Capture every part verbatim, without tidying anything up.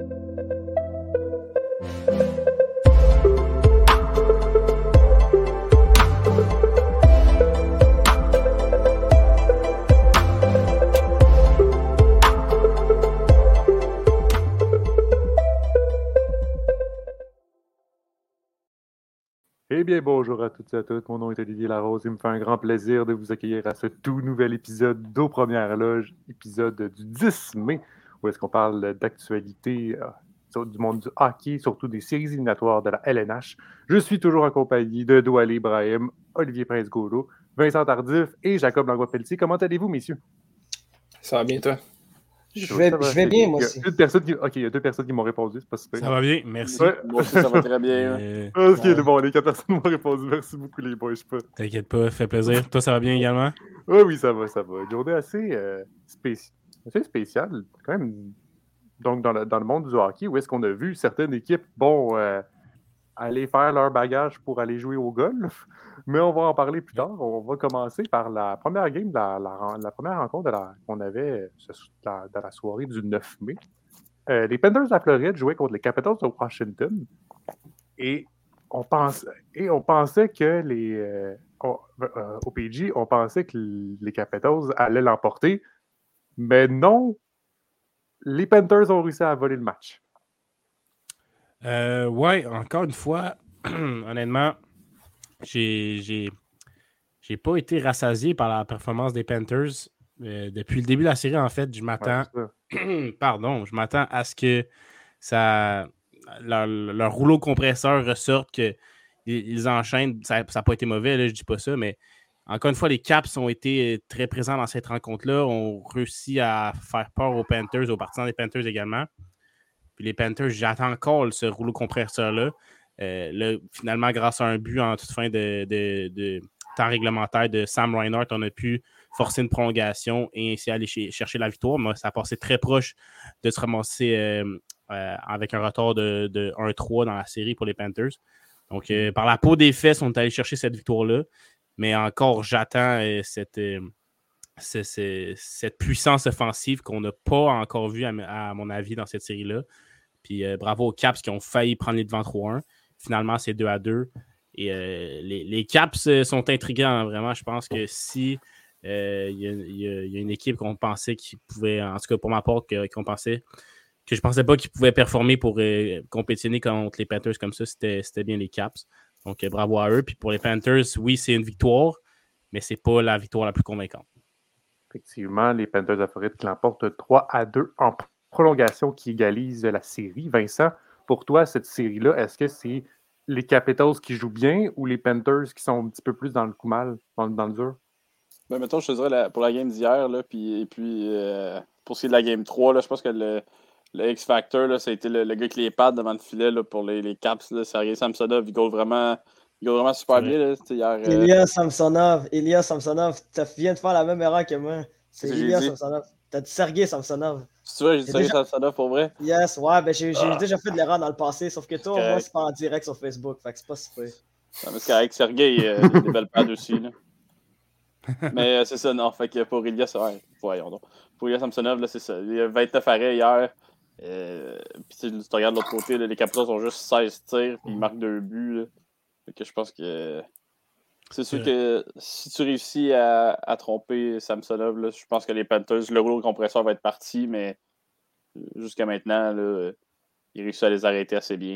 Eh bien, bonjour à toutes et à tous. Mon nom est Olivier Larose. Il me fait un grand plaisir de vous accueillir à ce tout nouvel épisode d'Aux Premières Loges, épisode du dix mai, où est-ce qu'on parle d'actualité euh, du monde du hockey, surtout des séries éliminatoires de la L N H. Je suis toujours en compagnie de Douali Ibrahim, Olivier Prince-Gaulo, Vincent Tardif et Jacob Langlois-Pelletier. Comment allez-vous, messieurs? Ça va bien, toi? Je vais, je vais bien, moi aussi. Il y a une personne qui... OK, il y a deux personnes qui m'ont répondu, c'est pas super. Ça va bien, merci. Ouais. Moi aussi, ça va très bien. Euh, Ah, ok, ouais. Bon, les quatre personnes m'ont répondu. Merci beaucoup, les boys. Pas... T'inquiète pas, ça fait plaisir. Toi, ça va bien également? Oui, oui, ça va, ça va. Une journée assez, euh, spéci... assez spéciale, quand même. Donc, dans le, dans le monde du hockey, où est-ce qu'on a vu certaines équipes, bon, euh, aller faire leur bagage pour aller jouer au golf. Mais on va en parler plus tard. On va commencer par la première game, de la, la, la première rencontre de la, qu'on avait ce, la, dans la soirée du neuf mai. Euh, les Panthers de la Floride jouaient contre les Capitals de Washington. Et on, pense, et on pensait que les... Euh, on, euh, au P G, on pensait que les Capitals allaient l'emporter. Mais non, les Panthers ont réussi à voler le match. Euh, ouais, encore une fois, honnêtement, j'ai, j'ai, j'ai pas été rassasié par la performance des Panthers. Euh, depuis le début de la série, en fait, je m'attends... Ouais, pardon, je m'attends à ce que ça... Leur, leur rouleau compresseur ressorte, qu'ils ils enchaînent. Ça n'a pas été mauvais, là, je dis pas ça, mais encore une fois, les Caps ont été très présents dans cette rencontre-là. On réussi à faire peur aux Panthers, aux partisans des Panthers également. Puis les Panthers, j'attends encore ce rouleau compresseur-là. Euh, là, finalement, grâce à un but en toute fin de, de, de temps réglementaire de Sam Reinhart, on a pu forcer une prolongation et ainsi aller ch- chercher la victoire. Mais ça a passé très proche de se ramasser euh, euh, avec un retard de, de un trois dans la série pour les Panthers. Donc, euh, par la peau des fesses, on est allé chercher cette victoire-là. Mais encore, j'attends euh, cette, euh, c'est, c'est, cette puissance offensive qu'on n'a pas encore vue, à, à mon avis, dans cette série-là. Puis euh, bravo aux Caps qui ont failli prendre les devants trois un. Finalement, c'est deux à deux. Et euh, les, les Caps euh, sont intriguants, hein, vraiment. Je pense que si il euh, y, y, y a une équipe qu'on pensait qui pouvait, en tout cas pour ma part, que, qu'on pensait que je pensais pas qu'ils pouvaient performer pour euh, compétitionner contre les Panthers comme ça, c'était, c'était bien les Caps. Donc euh, bravo à eux. Puis pour les Panthers, oui, c'est une victoire, mais c'est pas la victoire la plus convaincante. Effectivement, les Panthers de la Floride qui l'emportent trois à deux en prolongation qui égalise la série. Vincent, pour toi, cette série-là, est-ce que c'est les Capitals qui jouent bien ou les Panthers qui sont un petit peu plus dans le coup mal, dans, dans le dur? Ben, mettons, je te dirais la, pour la game d'hier, là, puis, et puis euh, pour ce qui est de la game trois, là, je pense que le, le X-Factor, là, ça a été le, le gars avec les pads devant le filet là, pour les, les Caps. Là, Sergei Samsonov, il goal vraiment, il goal vraiment super bien. Là, hier, euh... Ilya Samsonov, Ilya Samsonov, tu viens de faire la même erreur que moi. C'est, c'est Ilya Samsonov. T'as dit Sergei Samsonov. Tu vois, j'ai dit Sergei déjà... Samsonov pour vrai? Yes, ouais, ben j'ai, j'ai ah. déjà fait de l'erreur dans le passé, sauf que toi, moi, c'est pas en direct sur Facebook, fait que c'est pas super. Non, mais c'est correct, Sergei, euh, il a des belles pads aussi. Là. Mais euh, c'est ça, non, fait que pour Ilya, ouais, voyons donc. Pour Ilya Samsonov, là, c'est ça. Il y a vingt-neuf arrêts hier. Euh, puis tu regardes de l'autre côté, là, les Capitals ont juste seize tirs, puis ils marquent deux buts. Là. Fait que je pense que. C'est sûr que si tu réussis à, à tromper Samsonov, là, je pense que les Panthers, le rouleau compresseur va être parti, mais jusqu'à maintenant, là, ils réussissent à les arrêter assez bien.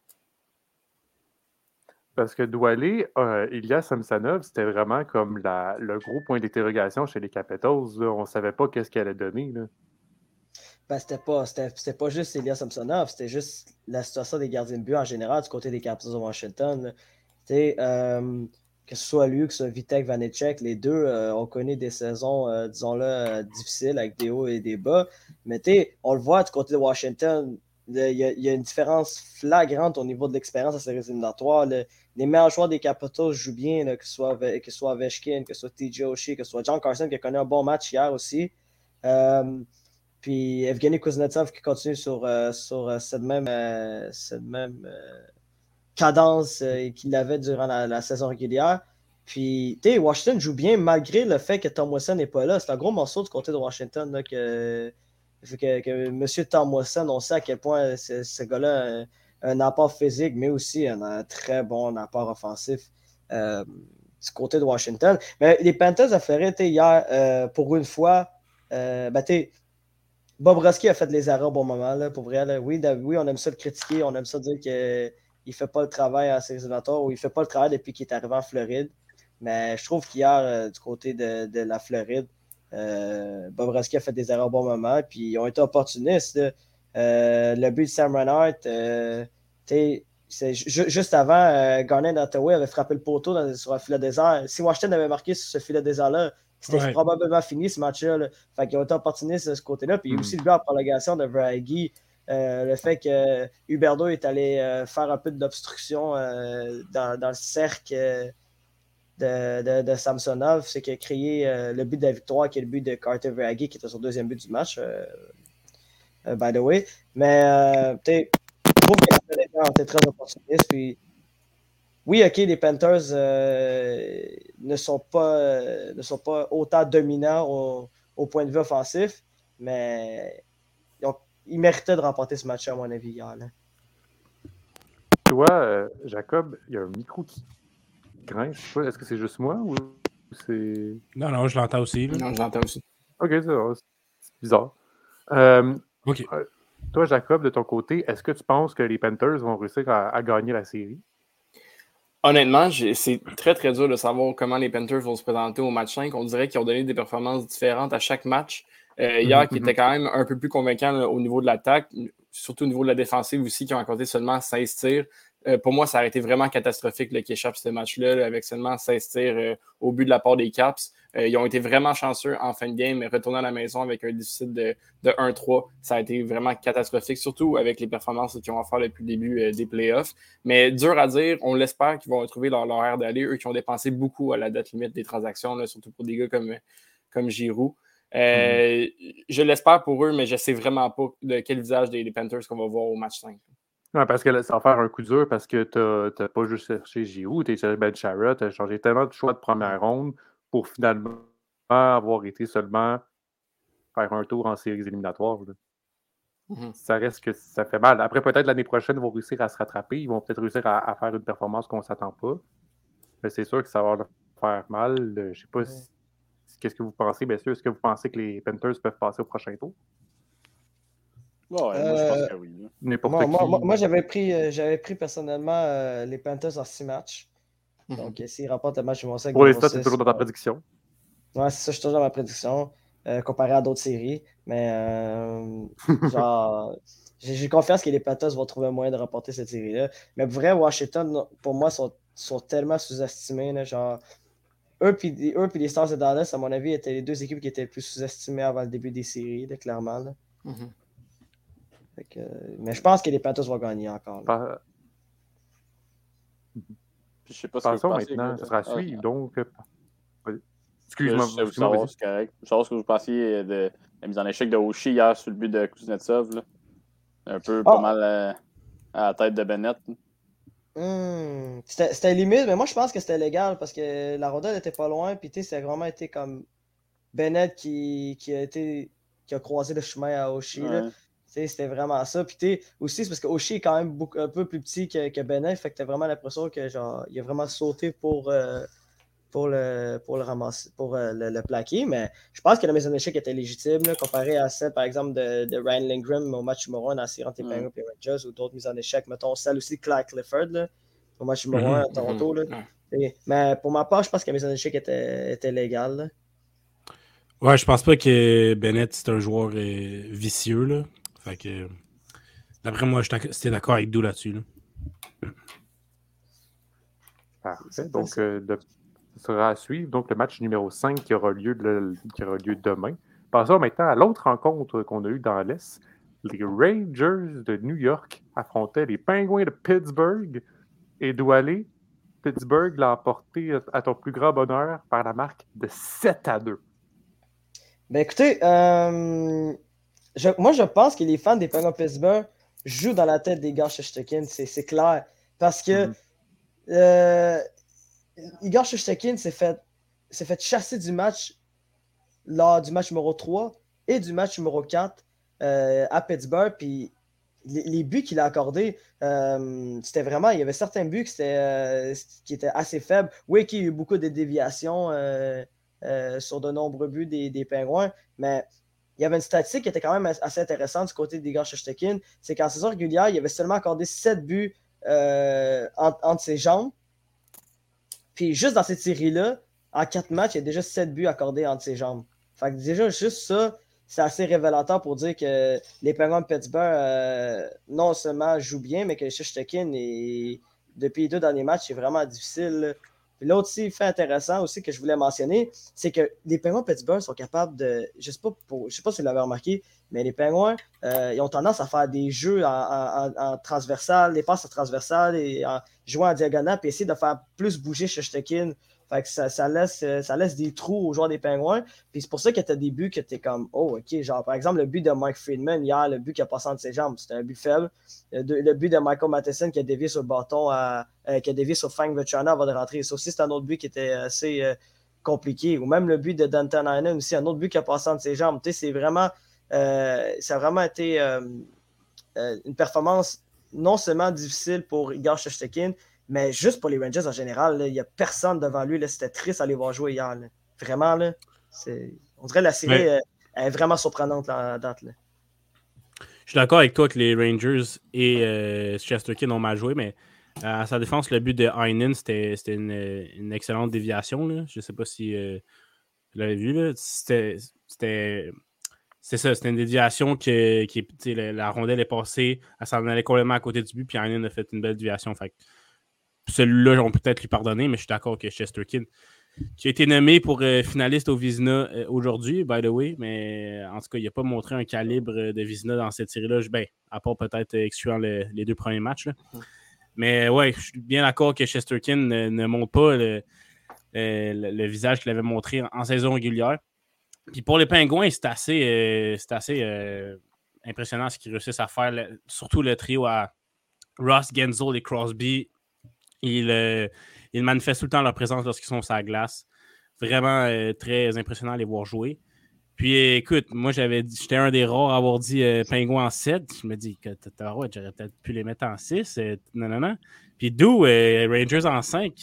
Parce que Doualé, euh, Ilya Samsonov, c'était vraiment comme la, le gros point d'interrogation chez les Capitals. Là. On ne savait pas qu'est-ce qu'elle allait donner. Là. Ben, c'était pas, c'était, c'était pas juste Ilya Samsonov, c'était juste la situation des gardiens de but en général du côté des Capitals de Washington. Tu sais, euh, que ce soit lui, que ce soit Vitek Vanecek, les deux euh, ont connu des saisons, euh, disons-le, euh, difficiles avec des hauts et des bas. Mais tu sais, on le voit du côté de Washington, il y, y a une différence flagrante au niveau de l'expérience à ces éliminatoires. Le, les meilleurs joueurs des Capitals jouent bien, là, que ce soit, que ce soit Ovechkin, que ce soit T J Oshie, que ce soit John Carson qui a connu un bon match hier aussi. Euh, puis Evgeny Kuznetsov qui continue sur, euh, sur cette même, euh, cette même euh, cadence euh, qu'il avait durant la, la saison régulière. Puis, tu sais, Washington joue bien malgré le fait que Tom Wilson n'est pas là. C'est un gros morceau du côté de Washington là, que, que, que M. Thomason, on sait à quel point ce, ce gars-là a un apport physique, mais aussi un, un très bon apport offensif euh, du côté de Washington. Mais les Panthers de Floride, hier, euh, pour une fois, euh, ben, Bobrovsky a fait les erreurs au bon moment, là, pour vrai. Là. Oui, oui, on aime ça le critiquer, on aime ça dire qu'il ne fait pas le travail à ses éliminatoires ou il ne fait pas le travail depuis qu'il est arrivé en Floride. Mais je trouve qu'hier, euh, du côté de, de la Floride, euh, Bobrovsky a fait des erreurs au bon moment, puis ils ont été opportunistes. Euh, le but de Sam Reinhart, euh, c'est, ju- juste avant, euh, Garnet d'Ottawa avait frappé le poteau dans, sur un filet désert. Si Washington avait marqué sur ce filet désert-là, c'était Ouais. probablement fini ce match-là. Là. Fait qu'ils ont été opportunistes de ce côté-là. Puis il y a aussi Mm. le but en prolongation de Verhaeghe. Euh, le fait que Huberdeau est allé euh, faire un peu d'obstruction euh, dans, dans le cercle euh, de, de, de Samsonov, c'est qu'il a créé euh, le but de la victoire, qui est le but de Carter Verhaeghe, qui était son deuxième but du match, euh, euh, by the way. Mais euh, je trouve que les Canadiens ont été très opportunistes. Puis oui, ok, les Panthers euh, ne, sont pas, euh, ne sont pas autant dominants au, au point de vue offensif, mais ils, ont, ils méritaient de remporter ce match, à mon avis, hier. Là. Toi, euh, Jacob, il y a un micro qui grince. Je sais pas, est-ce que c'est juste moi ou c'est. Non, non, je l'entends aussi. Là. Non, j'entends aussi. Ok, c'est, c'est bizarre. Euh, OK. euh, toi, Jacob, de ton côté, est-ce que tu penses que les Panthers vont réussir à, à gagner la série? Honnêtement, j'ai- c'est très très dur de savoir comment les Panthers vont se présenter au match cinq. On dirait qu'ils ont donné des performances différentes à chaque match. Euh, hier, Mhm, qui mhm. était quand même un peu plus convaincant là, au niveau de l'attaque, surtout au niveau de la défensive aussi, qui ont accordé seulement seize tirs. Euh, pour moi, ça a été vraiment catastrophique là, qu'ils échappent ce match-là là, avec seulement seize tirs euh, au but de la part des Caps. Euh, ils ont été vraiment chanceux en fin de game, mais retourner à la maison avec un déficit de, de un trois, ça a été vraiment catastrophique, surtout avec les performances qu'ils ont à faire depuis le début euh, des playoffs. Mais dur à dire, on l'espère qu'ils vont retrouver leur, leur aire d'aller, eux qui ont dépensé beaucoup à la date limite des transactions, là, surtout pour des gars comme, comme Giroud. Euh, mm-hmm. Je l'espère pour eux, mais je ne sais vraiment pas de quel visage des, des Panthers qu'on va voir au match cinq. Ouais, parce que là, ça va faire un coup dur parce que tu n'as pas juste cherché Giroud, tu as cherché Ben Chara, tu as changé tellement de choix de première ronde pour finalement avoir été seulement faire un tour en séries éliminatoires. Mm-hmm. Ça reste que ça fait mal. Après, peut-être l'année prochaine, ils vont réussir à se rattraper. Ils vont peut-être réussir à, à faire une performance qu'on ne s'attend pas. Mais c'est sûr que ça va leur faire mal. Je ne sais pas ouais. si, qu'est-ce que vous pensez, bien sûr. Est-ce que vous pensez que les Panthers peuvent passer au prochain tour? Ouais, euh, moi, je pense que oui. Moi, moi, moi, moi, j'avais pris, euh, j'avais pris personnellement euh, les Panthers en six matchs. Mm-hmm. Donc, euh, s'ils remportent le match, ils vont ça. Pour l'instant, c'est toujours dans ta prédiction. Ouais, c'est ça, je suis toujours dans ma prédiction, euh, comparé à d'autres séries. Mais, euh, genre, j'ai, j'ai confiance que les Panthers vont trouver un moyen de remporter cette série-là. Mais pour vrai, Washington, pour moi, sont, sont tellement sous-estimés. Là, genre, eux puis eux, les Stars de Dallas, à mon avis, étaient les deux équipes qui étaient les plus sous-estimées avant le début des séries, là, clairement. Là. Mm-hmm. Fait que, mais je pense que les Panthers vont gagner encore. Par... Je sais pas ce Passons que vous pensez, maintenant, ça sera à suivre. Donc, excuse-moi, je sais savoir, c'est correct. Je sais ce que vous pensiez de la mise en échec de Oshie hier sur le but de Kuznetsov. Là. Un peu oh. pas mal à, à la tête de Bennett. Mmh. C'était, c'était limite, mais moi je pense que c'était légal parce que la rondelle était pas loin. Puis ça a vraiment été comme Bennett qui, qui a été qui a croisé le chemin à Oshie. Ouais. C'était vraiment ça. Puis aussi, c'est parce que Oshie est quand même beaucoup, un peu plus petit que, que Bennett. Fait que t'as vraiment l'impression que genre il a vraiment sauté pour, euh, pour, le, pour le ramasser, pour euh, le, le plaquer. Mais je pense que la mise en échec était légitime là, comparée à celle, par exemple, de, de Ryan Lindgren au match numéro un dans la série entre les Penguins et les Rangers ou d'autres mises en échec. Mettons celle aussi de Clyde Clifford là, au match numéro un mm-hmm. à Toronto. Là. Et, mais pour ma part, je pense que la mise en échec était, était légale. Là. Ouais, je pense pas que Bennett c'est un joueur euh, vicieux. Là. Fait que, d'après moi, j'étais d'accord avec Dou là-dessus. Là. Parfait. Donc, euh, de, ça sera à suivre. Donc, le match numéro cinq qui aura lieu, le, qui aura lieu demain. Passons maintenant à l'autre rencontre qu'on a eue dans l'Est. Les Rangers de New York affrontaient les Penguins de Pittsburgh. Et d'où aller? Pittsburgh l'a emporté à ton plus grand bonheur par la marque de sept à deux. Ben écoutez, euh... Je, moi, je pense que les fans des Penguins de Pittsburgh jouent dans la tête des gars Shesterkin, c'est, c'est clair. Parce que mm-hmm. euh, Igor Shesterkin s'est fait, s'est fait chasser du match lors du match numéro trois et du match numéro quatre. euh, à Pittsburgh. Puis les, les buts qu'il a accordés, euh, c'était vraiment. Il y avait certains buts qui étaient, euh, qui étaient assez faibles. Oui, qu'il y a eu beaucoup de déviations euh, euh, sur de nombreux buts des, des Pingouins, mais il y avait une statistique qui était quand même assez intéressante du côté d'Igor Shesterkin. C'est qu'en saison régulière, il avait seulement accordé sept buts euh, entre, entre ses jambes. Puis juste dans cette série-là, en quatre matchs, il y a déjà sept buts accordés entre ses jambes. Fait que déjà, juste ça, c'est assez révélateur pour dire que les Penguins de Pittsburgh euh, non seulement jouent bien, mais que Shesterkin, est, depuis les deux derniers matchs, c'est vraiment difficile. Puis l'autre aussi, fait intéressant aussi que je voulais mentionner, c'est que les Penguins de Pittsburgh sont capables de. Je ne sais, sais pas si vous l'avez remarqué, mais les Penguins, euh, ils ont tendance à faire des jeux en, en, en transversal, des passes transversales et en jouant en diagonale, puis essayer de faire plus bouger Shesterkin. Fait que ça, ça, laisse, ça laisse des trous aux joueurs des Penguins. Puis c'est pour ça que tu as des buts que tu es comme, oh, OK. Genre, par exemple, le but de Mike Friedman hier, le but qui a passé entre ses jambes, c'était un but faible. Le, le but de Michael Matheson qui a dévié sur le bâton, à, euh, qui a dévié sur Frank Vatrana avant de rentrer. Ça aussi, c'est un autre but qui était assez euh, compliqué. Ou même le but de Danton Heinen aussi, un autre but qui a passé entre ses jambes. Tu sais, c'est vraiment, euh, ça a vraiment été euh, euh, une performance non seulement difficile pour Igor Shesterkin, mais juste pour les Rangers en général, il n'y a personne devant lui. Là, c'était triste à les voir jouer hier. Là. Vraiment, là, c'est... on dirait que la série Mais... euh, est vraiment surprenante là, à date. Là. Je suis d'accord avec toi que les Rangers et euh, Shesterkin ont mal joué, mais euh, à sa défense, le but de Heinen, c'était, c'était une, une excellente déviation. Là. Je ne sais pas si euh, vous l'avez vu. Là. C'était, c'était, c'est ça, c'était une déviation que, qui, la, la rondelle est passée, elle s'en allait complètement à côté du but, puis Heinen a fait une belle déviation. Fait que celui-là, on peut peut-être lui pardonner, mais je suis d'accord que Shesterkin, qui a été nommé pour euh, finaliste au Vizina euh, aujourd'hui, by the way, mais euh, en tout cas, il n'a pas montré un calibre de Vizina dans cette série-là, ben, à part peut-être euh, excluant le, les deux premiers matchs. Là. Mais ouais, je suis bien d'accord que Shesterkin ne, ne montre pas le, le, le visage qu'il avait montré en, en saison régulière. Puis pour les Pingouins, c'est assez, euh, c'est assez euh, impressionnant ce qu'ils réussissent à faire, le, surtout le trio à Ross, Genzel et Crosby. Ils, euh, ils manifestent tout le temps leur présence lorsqu'ils sont sur la glace. Vraiment euh, très impressionnant à les voir jouer. Puis écoute, moi j'avais dit, j'étais un des rares à avoir dit euh, Pingouin en sept. Je me dis que ouais, j'aurais peut-être pu les mettre en six. Euh, non, non, non. Puis d'où euh, Rangers en cinq.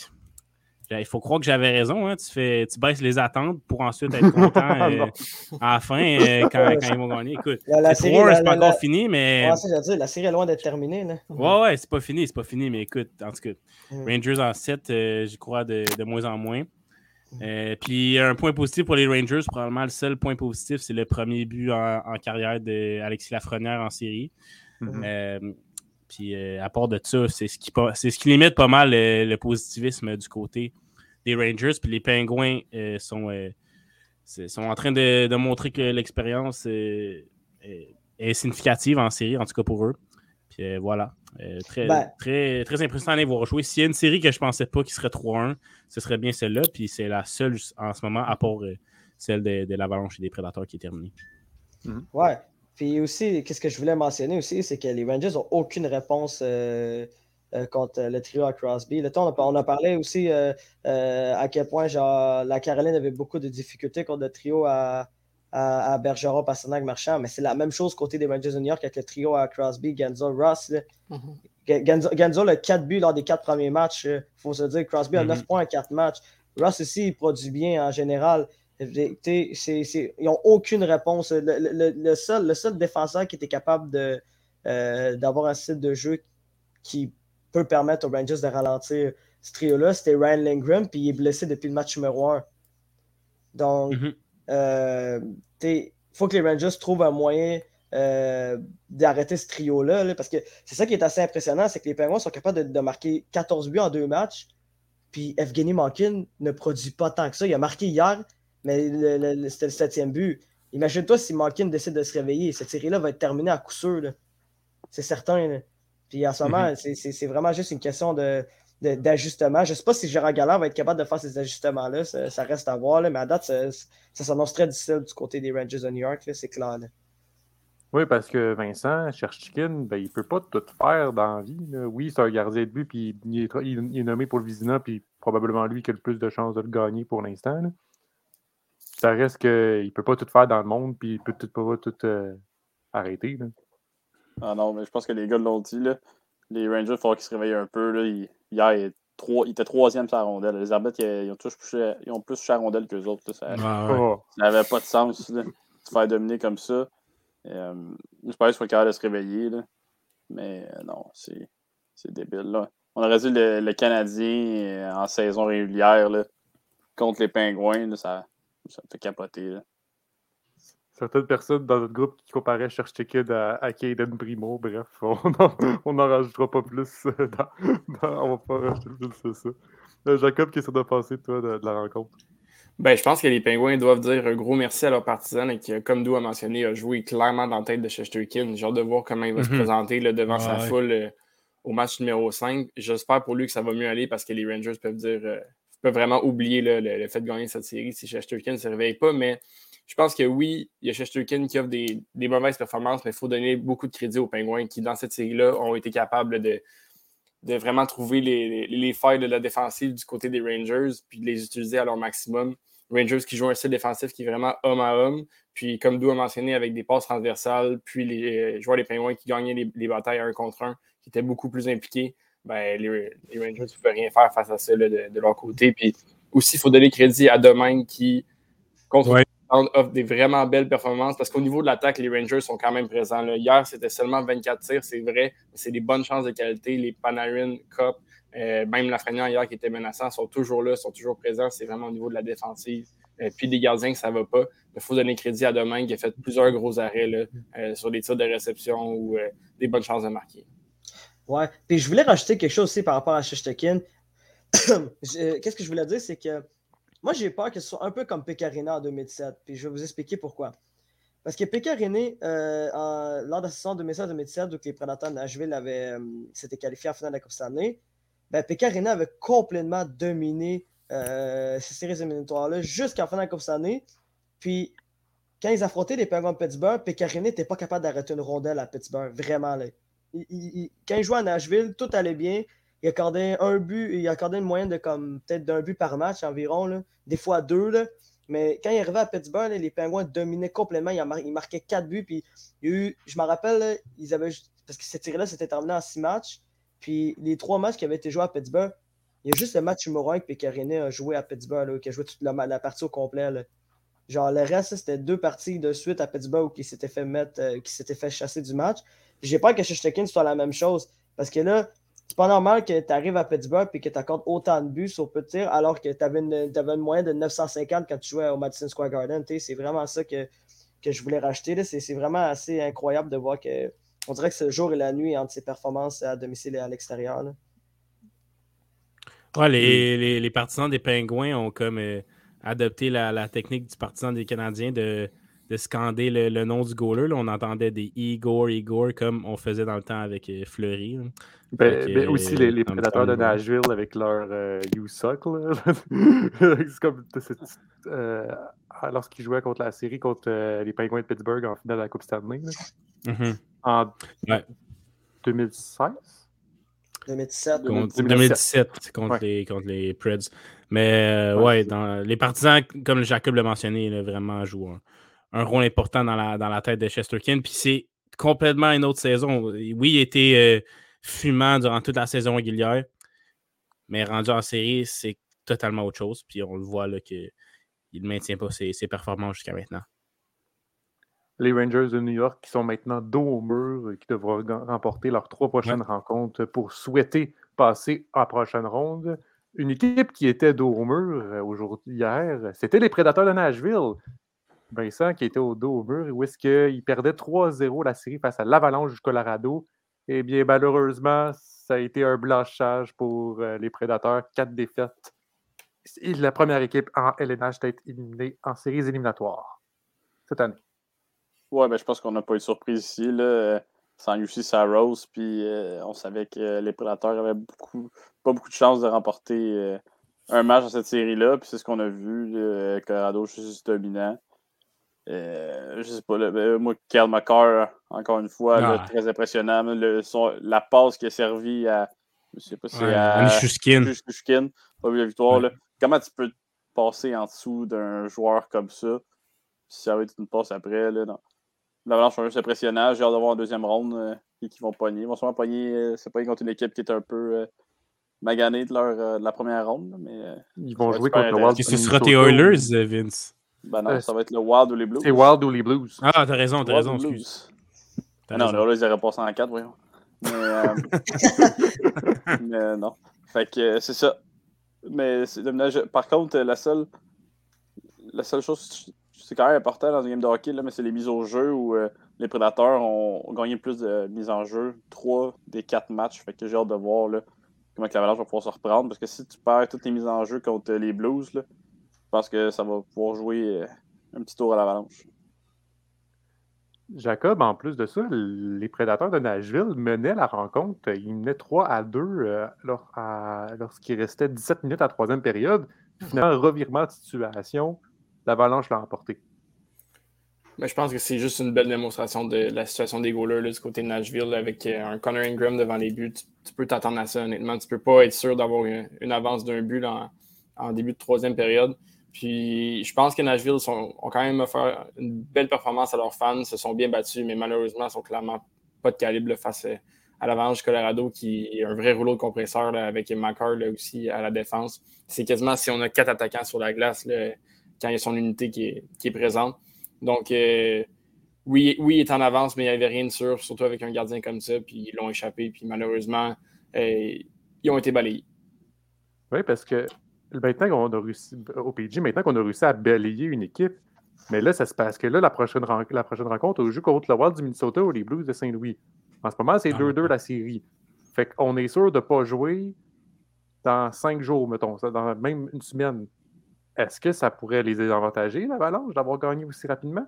Il faut croire que j'avais raison. Hein. Tu, fais, tu baisses les attentes pour ensuite être content euh, à la fin euh, quand, quand ils vont gagner. Écoute, la, la c'est trois, c'est pas la, encore la... fini, mais. Ouais, c'est, dire, la série est loin d'être terminée. Là. Ouais, ouais, c'est pas fini, c'est pas fini, mais écoute, en tout cas, mm. Rangers en sept, euh, j'y crois de, de moins en moins. Euh, puis un point positif pour les Rangers, probablement le seul point positif, c'est le premier but en, en carrière d'Alexis Lafrenière en série. Mm-hmm. Euh, puis euh, à part de ça, c'est ce qui, c'est ce qui limite pas mal le, le positivisme du côté des Rangers. Puis les Pingouins euh, sont, euh, sont en train de, de montrer que l'expérience euh, est, est significative en série, en tout cas pour eux. Puis euh, voilà. Euh, très, ben, très, très impressionnant de les voir jouer. S'il y a une série que je ne pensais pas qui serait trois un, ce serait bien celle-là. Puis c'est la seule en ce moment, à part euh, celle de, de l'Avalanche et des Prédateurs qui est terminée. Mm-hmm. Ouais. Puis aussi, qu'est-ce que je voulais mentionner aussi, c'est que les Rangers n'ont aucune réponse euh, euh, contre le trio à Crosby. Le temps, on, a, on a parlé aussi euh, euh, à quel point genre, la Caroline avait beaucoup de difficultés contre le trio à, à, à Bergeron, Pastrnak, Marchand, mais c'est la même chose côté des Rangers de New York avec le trio à Crosby, Genzel, Ross. Mm-hmm. Genzel a quatre buts lors des quatre premiers matchs. Il faut se dire, Crosby a mm-hmm. neuf points en quatre matchs. Ross aussi, il produit bien en général. C'est, c'est, ils n'ont aucune réponse. Le, le, le, seul, le seul défenseur qui était capable de, euh, d'avoir un style de jeu qui peut permettre aux Rangers de ralentir ce trio-là, c'était Ryan Lindgren, puis il est blessé depuis le match numéro un. Donc, il mm-hmm. euh, faut que les Rangers trouvent un moyen euh, d'arrêter ce trio-là, là, parce que c'est ça qui est assez impressionnant, c'est que les Penguins sont capables de, de marquer quatorze buts en deux matchs, puis Evgeny Malkin ne produit pas tant que ça. Il a marqué hier, mais le, le, le, c'était le septième but. Imagine-toi si Malkin décide de se réveiller. Cette série-là va être terminée à coup sûr. Là. C'est certain. Là. Puis en ce moment, mm-hmm. c'est, c'est, c'est vraiment juste une question de, de, d'ajustement. Je ne sais pas si Gérard Gallard va être capable de faire ces ajustements-là. Ça, ça reste à voir. Là. Mais à date, ça, ça s'annonce très difficile du côté des Rangers de New York. Là. C'est clair. Là. Oui, parce que Vincent Shesterkin, ben, il ne peut pas tout faire dans la vie. Là. Oui, c'est un gardien de but, puis il est, il est nommé pour le Vizina, puis probablement lui qui a le plus de chances de le gagner pour l'instant. Là. Ça reste qu'il ne peut pas tout faire dans le monde, puis il peut tout, pas tout, euh, arrêter. Là. Ah non, mais je pense que les gars l'ont dit. Là. Les Rangers, il faut qu'ils se réveillent un peu. Là. Ils, hier, ils, trois, ils étaient troisième sur la rondelle. Les arbitres, ils, ils ont tous touché, ils ont plus touché la rondelle qu'eux autres. Là. Ça Ouais, ouais. n'avait pas de sens là, de se faire dominer comme ça. Euh, J'espère qu'ils soient capables de se réveiller. Là. Mais euh, non, c'est, c'est débile. Là. On aurait dit le, le Canadien euh, en saison régulière là, contre les Pingouins. Là, ça, ça me fait capoter. Là. Certaines personnes dans notre groupe qui comparaient Cherche Ticket à, à Caden Primo, bref, on n'en rajoutera pas plus. Dans, dans, on va pas rajouter plus que ça. Euh, Jacob, qu'est-ce que tu as pensé, toi, de, de la rencontre? Ben, je pense que les Pingouins doivent dire un gros merci à leurs partisans et qui, comme Dou a mentionné, a joué clairement dans la tête de Shesterkin. J'ai hâte de voir comment il va mm-hmm. se présenter là, devant ah, sa ouais. foule euh, au match numéro cinq. J'espère pour lui que ça va mieux aller parce que les Rangers peuvent dire euh, peuvent vraiment oublier là, le, le fait de gagner cette série si Shesterkin ne se réveille pas. Mais je pense que oui, il y a Shesterkin qui offre des, des mauvaises performances, mais il faut donner beaucoup de crédit aux Pingouins qui, dans cette série-là, ont été capables de, de vraiment trouver les, les, les failles de la défensive du côté des Rangers puis de les utiliser à leur maximum. Rangers qui jouent un style défensif qui est vraiment homme à homme. Puis, comme Dou a mentionné, avec des passes transversales, puis les joueurs des Pingouins qui gagnaient les, les batailles un contre un, qui étaient beaucoup plus impliqués, ben, les, les Rangers ne pouvaient rien faire face à ça là, de, de leur côté. Puis aussi, il faut donner crédit à Domingue qui, contre ouais. offre des vraiment belles performances parce qu'au niveau de l'attaque, les Rangers sont quand même présents. Là. Hier, c'était seulement vingt-quatre tirs, c'est vrai, mais c'est des bonnes chances de qualité. Les Panarin Cup, Euh, même Lafrenière hier qui était menaçant, sont toujours là, sont toujours présents. C'est vraiment au niveau de la défensive. Euh, puis des gardiens, ça ne va pas. Il faut donner crédit à Domingue qui a fait plusieurs gros arrêts là, euh, sur des tirs de réception ou euh, des bonnes chances de marquer. Ouais. Puis je voulais rajouter quelque chose aussi par rapport à Shesterkin. Qu'est-ce que je voulais dire, c'est que moi, j'ai peur que ce soit un peu comme Pekka en deux mille dix-sept. Puis je vais vous expliquer pourquoi. Parce que Pekka euh, en, lors de la saison deux mille seize deux mille dix-sept, où les Prédateurs de Nashville avaient, euh, s'étaient qualifiés en finale de la Coupe Stanley, ben, Pekka Rinne avait complètement dominé euh, ces séries éliminatoires-là jusqu'en finale de la Coupe Stanley. Puis, quand ils affrontaient les Penguins de Pittsburgh, Pekka Rinne n'était pas capable d'arrêter une rondelle à Pittsburgh, vraiment. Là. Il, il, quand il jouait à Nashville, tout allait bien. Il accordait un but, il accordait une moyenne de comme peut-être d'un but par match environ, là, des fois deux. Là. Mais quand il arrivait à Pittsburgh, là, les Penguins dominaient complètement. Il, mar- il marquait quatre buts. Puis, il y a eu, je me rappelle, là, ils avaient, parce que cette série-là s'était terminée en six matchs. Puis les trois matchs qui avaient été joués à Pittsburgh, il y a juste le match numéro un que Pekka Rinne a joué à Pittsburgh, là, qui a joué toute la, la partie au complet. Là. Genre, le reste, là, c'était deux parties de suite à Pittsburgh qui s'étaient fait mettre, euh, qui s'étaient fait chasser du match. Puis j'ai peur que Shesterkin soit la même chose. Parce que là, c'est pas normal que tu arrives à Pittsburgh et que tu accordes autant de buts sur peu de tirs alors que tu avais une, une moyenne de neuf cent cinquante quand tu jouais au Madison Square Garden. T'sais, c'est vraiment ça que, que je voulais racheter. Là. C'est, c'est vraiment assez incroyable de voir que. On dirait que c'est le jour et la nuit entre ses performances à domicile et à l'extérieur. Là. Ouais, les, les, les partisans des Pingouins ont comme euh, adopté la, la technique du partisan des Canadiens de, de scander le, le nom du goaler. Là. On entendait des Igor, Igor, comme on faisait dans le temps avec euh, Fleury. Ben, que, ben aussi les, les prédateurs de Nashville avec leur euh, You Suck. Là. C'est comme c'est, euh, lorsqu'ils jouaient contre la série contre euh, les Pingouins de Pittsburgh en finale de la Coupe Stanley. Mm-hmm. En ouais. deux mille seize deux mille dix-sept Contre, deux mille dix-sept contre, ouais. les, contre les Preds. Mais euh, ouais, ouais dans, les partisans, comme Jacob l'a mentionné, là, vraiment jouent un, un rôle important dans la, dans la tête de Shesterkin. Puis c'est complètement une autre saison. Oui, il était euh, fumant durant toute la saison régulière, mais rendu en série, c'est totalement autre chose. Puis on le voit là, qu'il ne maintient pas ses, ses performances jusqu'à maintenant. Les Rangers de New York qui sont maintenant dos au mur et qui devront remporter leurs trois prochaines ouais. rencontres pour souhaiter passer en prochaine ronde. Une équipe qui était dos au mur aujourd'hui, hier, c'était les Prédateurs de Nashville. Vincent qui était au dos au mur, où est-ce qu'il perdait trois zéro la série face à l'Avalanche du Colorado. Eh bien, malheureusement, ça a été un blanchage pour les Prédateurs. Quatre défaites. Et la première équipe en L N H d'être éliminée en séries éliminatoires cette année. Ouais, ben je pense qu'on n'a pas eu de surprise ici. Là. Sans U C Saros, puis euh, on savait que les Prédateurs avaient beaucoup, pas beaucoup de chances de remporter euh, un match dans cette série-là. Puis c'est ce qu'on a vu. Le Colorado juste dominant. Euh, je sais pas, là, ben, moi, Kyle McCarr, encore une fois, ah. là, très impressionnant. Le, son, la passe qui a servi à. Je sais pas si c'est ouais, à. Nichushkin. Pas vu la victoire. Ouais. Là. Comment tu peux passer en dessous d'un joueur comme ça? Si ça va être une passe après, là, non. L'Avalanche sont juste impressionnants. J'ai hâte de voir en deuxième ronde euh, et qui vont pogner. Ils vont sûrement pogner, euh, c'est pas contre une équipe qui est un peu euh, maganée de, leur, euh, de la première ronde. Mais, euh, Ils ça vont va être jouer super contre le intéressant. Wild Est-ce du que ce sera tes Minnesota. Oilers, euh, Vince? Ben non, Euh, ça va être le Wild ou les Blues. C'est Wild ou les Blues. Ah, t'as raison, t'as Wild raison, ou les excuse. Blues. T'as Non, raison. les Oilers, ils auraient passé en quatre, voyons. Mais, euh, mais non. Fait que euh, c'est ça. Mais c'est, par contre, la seule, la seule chose, c'est quand même important dans une game de hockey, là, mais c'est les mises au jeu où euh, les Prédateurs ont, ont gagné plus de mises en jeu. Trois des quatre matchs. Fait que j'ai hâte de voir là, comment que l'Avalanche va pouvoir se reprendre. Parce que si tu perds toutes les mises en jeu contre les Blues, là, je pense que ça va pouvoir jouer euh, un petit tour à l'Avalanche. Jacob, en plus de ça, les Prédateurs de Nashville menaient la rencontre. Ils menaient trois à deux euh, lors, à, lorsqu'il restait dix-sept minutes à la troisième période. Finalement, revirement de situation, l'Avalanche l'a emporté. Mais je pense que c'est juste une belle démonstration de la situation des goalers là, du côté de Nashville avec euh, un Connor Ingram devant les buts. Tu, tu peux t'attendre à ça, honnêtement. Tu peux pas être sûr d'avoir une, une avance d'un but dans, en début de troisième période. Puis je pense que Nashville sont, ont quand même offert une belle performance à leurs fans, se sont bien battus, mais malheureusement, ils sont clairement pas de calibre là, face à l'Avalanche du Colorado qui est un vrai rouleau de compresseur là, avec Makar là, aussi à la défense. C'est quasiment si on a quatre attaquants sur la glace là, quand il y a son unité qui est, qui est présente. Donc, euh, oui, oui, il est en avance, mais il n'y avait rien de sûr, surtout avec un gardien comme ça, puis ils l'ont échappé, puis malheureusement, euh, ils ont été balayés. Oui, parce que maintenant qu'on a réussi, au P G, maintenant qu'on a réussi à balayer une équipe, mais là, ça se passe que là, la prochaine, ren- la prochaine rencontre, on joue contre le Wild du Minnesota ou les Blues de Saint-Louis. En ce moment, c'est deux deux la série. Fait qu'on est sûr de ne pas jouer dans cinq jours, mettons, ça, dans même une semaine. Est-ce que ça pourrait les désavantager, l'Avalanche, d'avoir gagné aussi rapidement?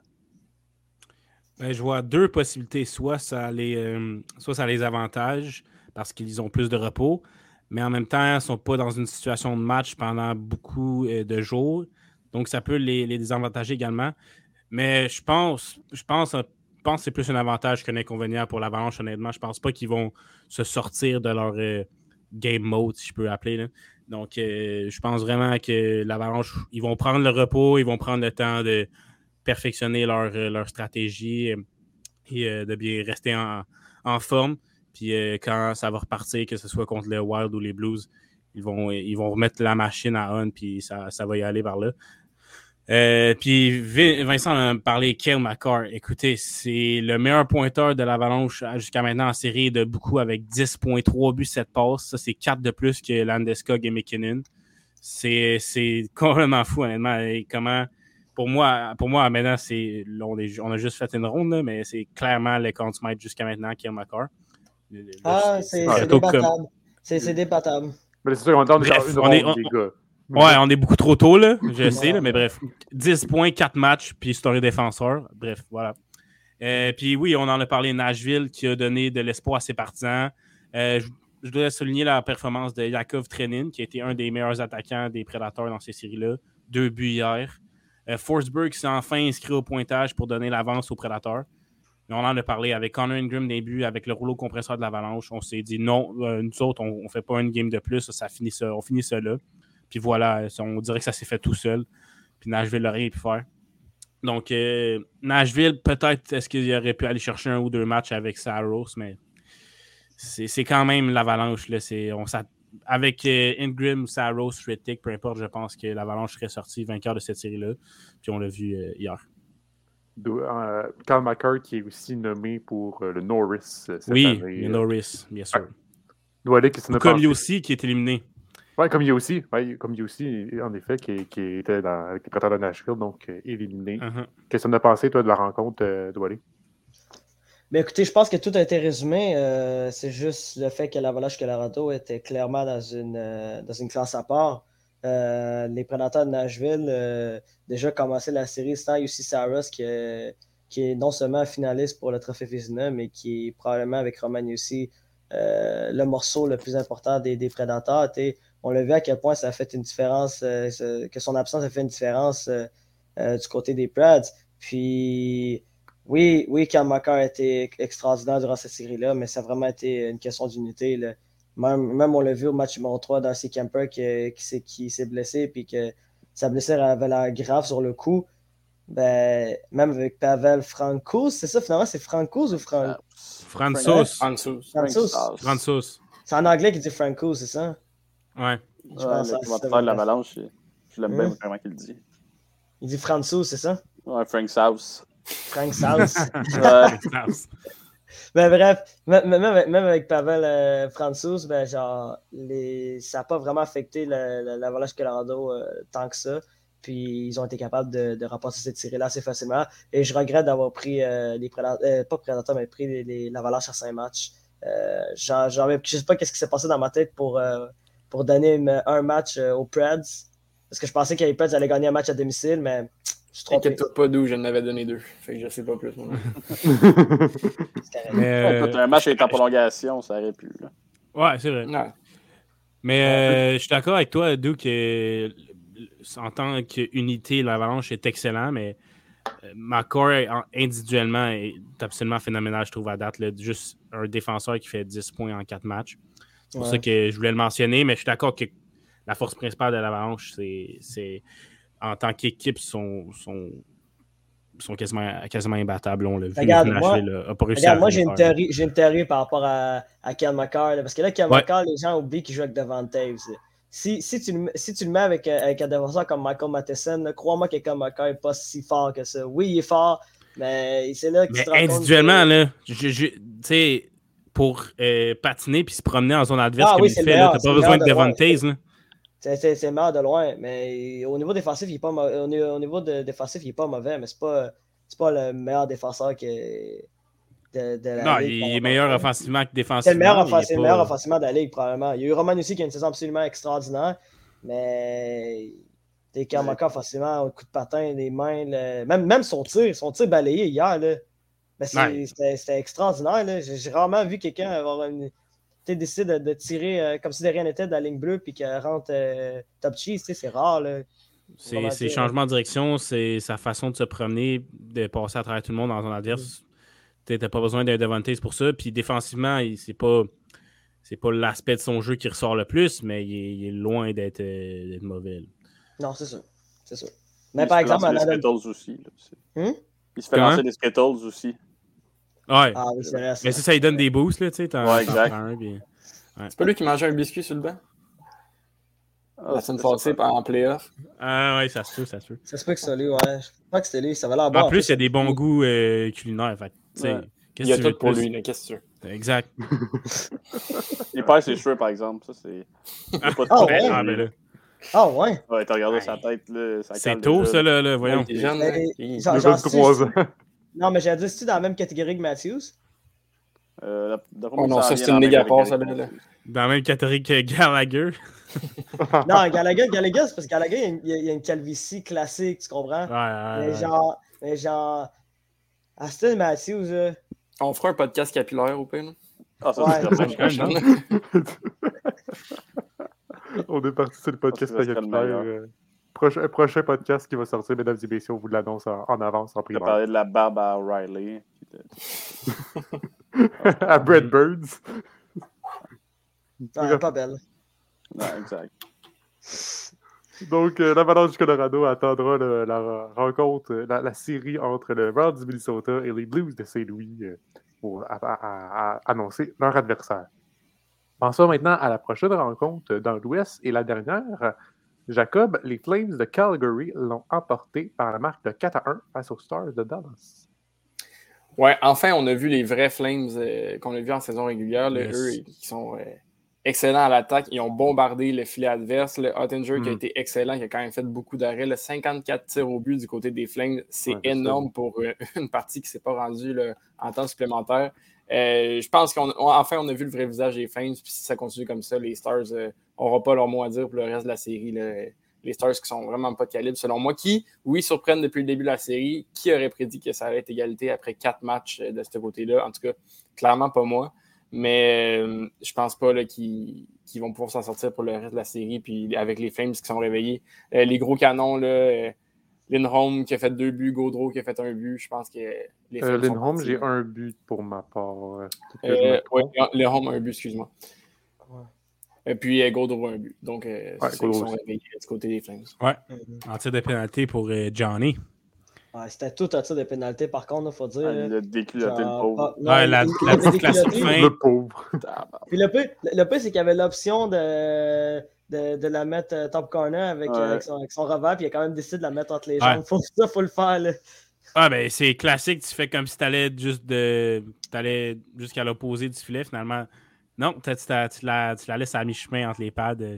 Ben, je vois deux possibilités. Soit ça les, euh, soit ça les avantage parce qu'ils ont plus de repos, mais en même temps, ils ne sont pas dans une situation de match pendant beaucoup euh, de jours. Donc, ça peut les, les désavantager également. Mais je pense, je pense, je pense que c'est plus un avantage qu'un inconvénient pour l'Avalanche, honnêtement. Je pense pas qu'ils vont se sortir de leur euh, game mode, si je peux appeler. Là. Donc, euh, je pense vraiment que l'Avalanche, ils vont prendre le repos, ils vont prendre le temps de perfectionner leur, leur stratégie et euh, de bien rester en, en forme. Puis euh, quand ça va repartir, que ce soit contre le Wild ou les Blues, ils vont, ils vont remettre la machine à on, puis ça, ça va y aller par là. Euh, puis Vincent a parlé de Cale Makar. Écoutez, c'est le meilleur pointeur de l'Avalanche jusqu'à maintenant en série de beaucoup avec dix virgule trois buts, sept passes. Ça, c'est quatre de plus que Landeskog et McKinnon. C'est, c'est complètement fou, honnêtement. Et comment, pour moi, pour moi maintenant, c'est, on, est, on a juste fait une ronde, là, mais c'est clairement le compte maître jusqu'à maintenant, Cale Makar. Ah, c'est, c'est débattable. Comme... C'est, c'est débattable. Mais c'est sûr qu'on est dans une Bref, ronde, on est, les gars. Ouais, on est beaucoup trop tôt, là. Je sais, là, mais bref. dix points, quatre matchs, puis story défenseur. Bref, voilà. Euh, puis oui, on en a parlé, Nashville, qui a donné de l'espoir à ses partisans. Euh, je, je dois souligner la performance de Yakov Trenin, qui a été un des meilleurs attaquants des Prédateurs dans ces séries-là. Deux buts hier. Euh, Forsberg s'est enfin inscrit au pointage pour donner l'avance aux Prédateurs. Mais on en a parlé avec Connor Ingram des buts, avec le rouleau compresseur de l'Avalanche. On s'est dit non, euh, nous autres, on ne fait pas une game de plus. Ça, ça finit ça, on finit ça là. Puis voilà, on dirait que ça s'est fait tout seul. Puis Nashville n'a rien pu faire. Donc, euh, Nashville, peut-être, est-ce qu'il aurait pu aller chercher un ou deux matchs avec Saros, mais c'est, c'est quand même l'Avalanche. Là, c'est, on avec euh, Ingram, Saros, Rittick, peu importe, je pense que l'Avalanche serait sorti vainqueur de cette série-là. Puis on l'a vu euh, hier. Euh, Cale Makar qui est aussi nommé pour euh, le Norris euh, cette oui, année. Oui, le Norris, bien sûr. Ouais. Aller, qui comme lui aussi, qui est éliminé. Oui, comme il aussi, ouais, comme il aussi, en effet, qui, qui était dans, avec les Prédateurs de Nashville, donc euh, éliminé. Uh-huh. Qu'est-ce que tu en as pensé, toi, de la rencontre, euh, Doualé? Mais écoutez, je pense que tout a été résumé. Euh, c'est juste le fait que l'Avalanche Colorado était clairement dans une, euh, dans une classe à part. Euh, les Prédateurs de Nashville, euh, déjà commencé la série sans U C Saros, qui, euh, qui est non seulement finaliste pour le Trophée Vézina, mais qui est probablement avec Roman Jussi euh, le morceau le plus important des, des Prédateurs. T'sais, on l'a vu à quel point ça a fait une différence, euh, que son absence a fait une différence euh, euh, du côté des Preds. Puis, oui, oui, Cale Makar a été extraordinaire durant cette série-là, mais ça a vraiment été une question d'unité. Là. Même, même on l'a vu au match numéro trois dans C. Camper qui, qui, s'est, qui s'est blessé puis que sa blessure avait l'air grave sur le coup. Ben, même avec Pavel Francouz, c'est ça finalement, c'est Francouz ou Fran... Francouz. Francouz. Francouz. Francouz. C'est en anglais qu'il dit Francouz, c'est ça? Ouais. Je Ouais, pense le à commentateur ça, de l'Avalanche, je, je l'aime bien Hum. comment il le dit. Il dit Francouz, c'est ça? Ouais, Frank South. Frank South. Ouais. Ben bref, même, même avec, même avec Pavel euh, Francouz, ben genre, les... ça n'a pas vraiment affecté l'Avalanche Colorado euh, tant que ça. Puis ils ont été capables de, de remporter cette série-là assez facilement. Et je regrette d'avoir pris euh, les prédateurs, euh, pas prédateurs, mais pris les, les, l'Avalanche à cinq matchs. Euh, genre, genre, je sais pas qu'est-ce qui s'est passé dans ma tête pour, euh, pour donner une, un match euh, aux Preds. Parce que je pensais que les Preds allaient gagner un match à domicile, mais je suis trompé. Inquiète-toi pas d'où je n'avais donné deux. Fait que je sais pas plus. Mais, euh, Écoute, un match est en prolongation, ça aurait pu. Là. Ouais, c'est vrai. Ouais. Mais euh, je suis d'accord avec toi, Doug, que en tant qu'unité, l'Avalanche est excellent, mais euh, McCoy, individuellement, est absolument phénoménal, je trouve, à date. Là. Juste un défenseur qui fait dix points en quatre matchs. C'est pour Ouais. ça que je voulais le mentionner, mais je suis d'accord que la force principale de l'Avalanche, c'est, c'est en tant qu'équipe, sont, sont, sont quasiment, quasiment imbattables. On l'a vu. Regarde, Nashville, moi, là, a pas réussi Regarde, à moi, rien j'ai une, faire. théorie, j'ai une théorie par rapport à, à Kel McCarr. Là, parce que là, Kel Ouais. McCarr, les gens oublient qu'il joue avec Devon Taves. Si, si, tu, le- si tu le mets avec, avec un défenseur comme Michael Matheson, là, crois-moi que Kel McCarr n'est pas si fort que ça. Oui, il est fort, mais c'est là que Mais tu te rends compte individuellement, que... là, je, je, tu sais, pour euh, patiner puis se promener en zone adverse Ah comme oui, il c'est le fait, meilleur, tu c'est n'as le pas besoin meilleur de de loin. Devon Taves. Là. C'est, c'est, c'est le meilleur de loin. Mais au niveau défensif, il est pas mauvais. Au niveau, au niveau de défensif, il n'est pas mauvais, mais c'est pas, c'est pas le meilleur défenseur que, de, de la Non, Ligue. il est meilleur offensivement que C'est le meilleur, défensivement. mais il offen- est c'est le pas- meilleur offensivement de la Ligue, probablement. Il y a eu Roman aussi qui a une saison absolument extraordinaire, mais des Kamaka offensivement, au coup de patin, les mains, le- même, même son tir, son tir balayé hier, là. Mais c'est- Ouais. c'était, c'était extraordinaire. Là. J'ai, j'ai rarement vu quelqu'un avoir une, décider de, de tirer euh, comme si de rien n'était de la ligne bleue puis qu'elle rentre euh, top cheese. C'est rare. Là. C'est Vraiment ses dire, changements de direction, c'est sa façon de se promener, de passer à travers tout le monde dans zone adverse. Tu n'as pas besoin d'un Devon Taves pour ça. Puis défensivement, il- c'est pas, c'est pas l'aspect de son jeu qui ressort le plus, mais il est, il est loin d'être, euh, d'être mauvais. Là. Non, c'est ça. C'est ça. Mais il par se fait exemple, lancer en des Adam... Skittles aussi. Là, Hum? il se fait Comment? lancer des Skittles aussi. Ouais. Ah oui, c'est vrai. Ça. Mais ça, ça lui donne des boosts, là, tu sais. t'en- Ouais, t'en exact. prends un, puis- C'est pas lui qui mangeait un biscuit sur le banc? Ah, La semaine c'était passée, super. en playoff. Ah ouais, ça se peut, ça se peut. Ça se peut que c'est lui, ouais. Je crois que c'était lui. Ça va l'air bon. En plus, il y a des bons goûts euh, culinaires. Fait, que, tu sais, Ouais. qu'est-ce Il y a que tu veux tout de pour plus? lui, là. Qu'est-ce que tu veux? Exact. Il perd ses cheveux, par exemple. Ça, c'est. Il y a pas de Ah, problème. ouais? Ah, ben là. Ah ouais. Ouais, t'as regardé Ouais. sa tête, là. Ça C'est cale tôt, déjà, ça, là. là, là, voyons. Il est jeune, là. Mais, Il- genre- Il a genre, vingt-trois c'est- ans. Non, mais j'ai dit, c'est-tu dans la même catégorie que Matthews? Euh, d'après Oh moi, non, s'en ça, vient c'est dans une la ligue à même part, ça, catégorie. là. Dans la même catégorie que Gallagher. Non, Gallagher, Gallagher, c'est parce que Gallagher, il y a une- il y a, il y a une calvitie classique, tu comprends? Ouais, ouais, Mais ouais. genre, mais genre, Aston Matthews, là, On fera un podcast capillaire au pire, là. Ah, ça, Ouais. c'est très Je suis quand même prochain. dans. On est parti sur le podcast Ça serait le capillaire. meilleur. euh, prochain, prochain podcast qui va sortir, mesdames et messieurs, on vous l'annonce en, en avance, en On a primaire. parlé de la barbe à O'Reilly. puis de- À Brad Birds. ah, pas belle. Ouais, exact. Donc, euh, l'Avalanche du Colorado attendra le- la rencontre, euh, la, la série entre le Wild du Minnesota et les Blues de Saint-Louis euh, pour à- à- à annoncer leur adversaire. Pensons maintenant à la prochaine rencontre dans l'Ouest et la dernière. Jacob, les Flames de Calgary l'ont emporté par la marque de quatre à un face aux Stars de Dallas. Ouais, enfin, on a vu les vrais Flames euh, qu'on a vus en saison régulière. Là, Yes. Eux, qui sont euh, excellents à l'attaque. Ils ont bombardé le filet adverse. Le Ottinger qui a Mm. été excellent, qui a quand même fait beaucoup d'arrêts. Le cinquante-quatre tirs au but du côté des Flames, c'est Ouais, c'est énorme pour euh, une partie qui ne s'est pas rendue là, en temps supplémentaire. Euh, je pense qu'enfin, on, on a vu le vrai visage des Flames. Puis si ça continue comme ça, les Stars n'auront pas leur mot à dire pour le reste de la série. Là. Les Stars qui sont vraiment pas de calibre, selon moi, qui, oui, surprennent depuis le début de la série. Qui aurait prédit que ça allait être égalité après quatre matchs de ce côté-là? En tout cas, clairement pas moi. Mais euh, je pense pas là, qu'ils, qu'ils vont pouvoir s'en sortir pour le reste de la série. Puis avec les Flames qui sont réveillés, euh, les gros canons, là, euh, Lindholm qui a fait deux buts, Gaudreau qui a fait un but. Je pense que les Flames Euh, sont Lindholm, partis, j'ai là. un but pour ma part. euh, peut-être que je Euh, me trompe. ouais, Lindholm a un but, excuse-moi. Ouais. Et puis euh, Gaudreau a un but. Donc, euh, Ouais, c'est- ils Gaudreau sont aussi. réveillés du côté des Flames. Ouais. Mhm. En tir de pénalité pour euh, Johnny. Ouais, c'était tout un tir de pénalité, par contre, il faut dire. Ah, il a déculotté le pauvre. Non, Ouais, il- la- il- il la avait petite classique déculotté. fin. Le pauvre. Puis le pire, le pire, c'est qu'il y avait l'option de, de, de la mettre euh, top corner avec, Ouais. euh, avec, son, avec son revers, puis il a quand même décidé de la mettre entre les Ouais. jambes. Faut, ça, faut le faire. Là. Ah, ben, c'est classique. Tu fais comme si t'allais juste de. T'allais jusqu'à l'opposé du filet, finalement. Non, t'as- tu, t'as- tu la, tu la laisses à mi-chemin entre les pads. euh,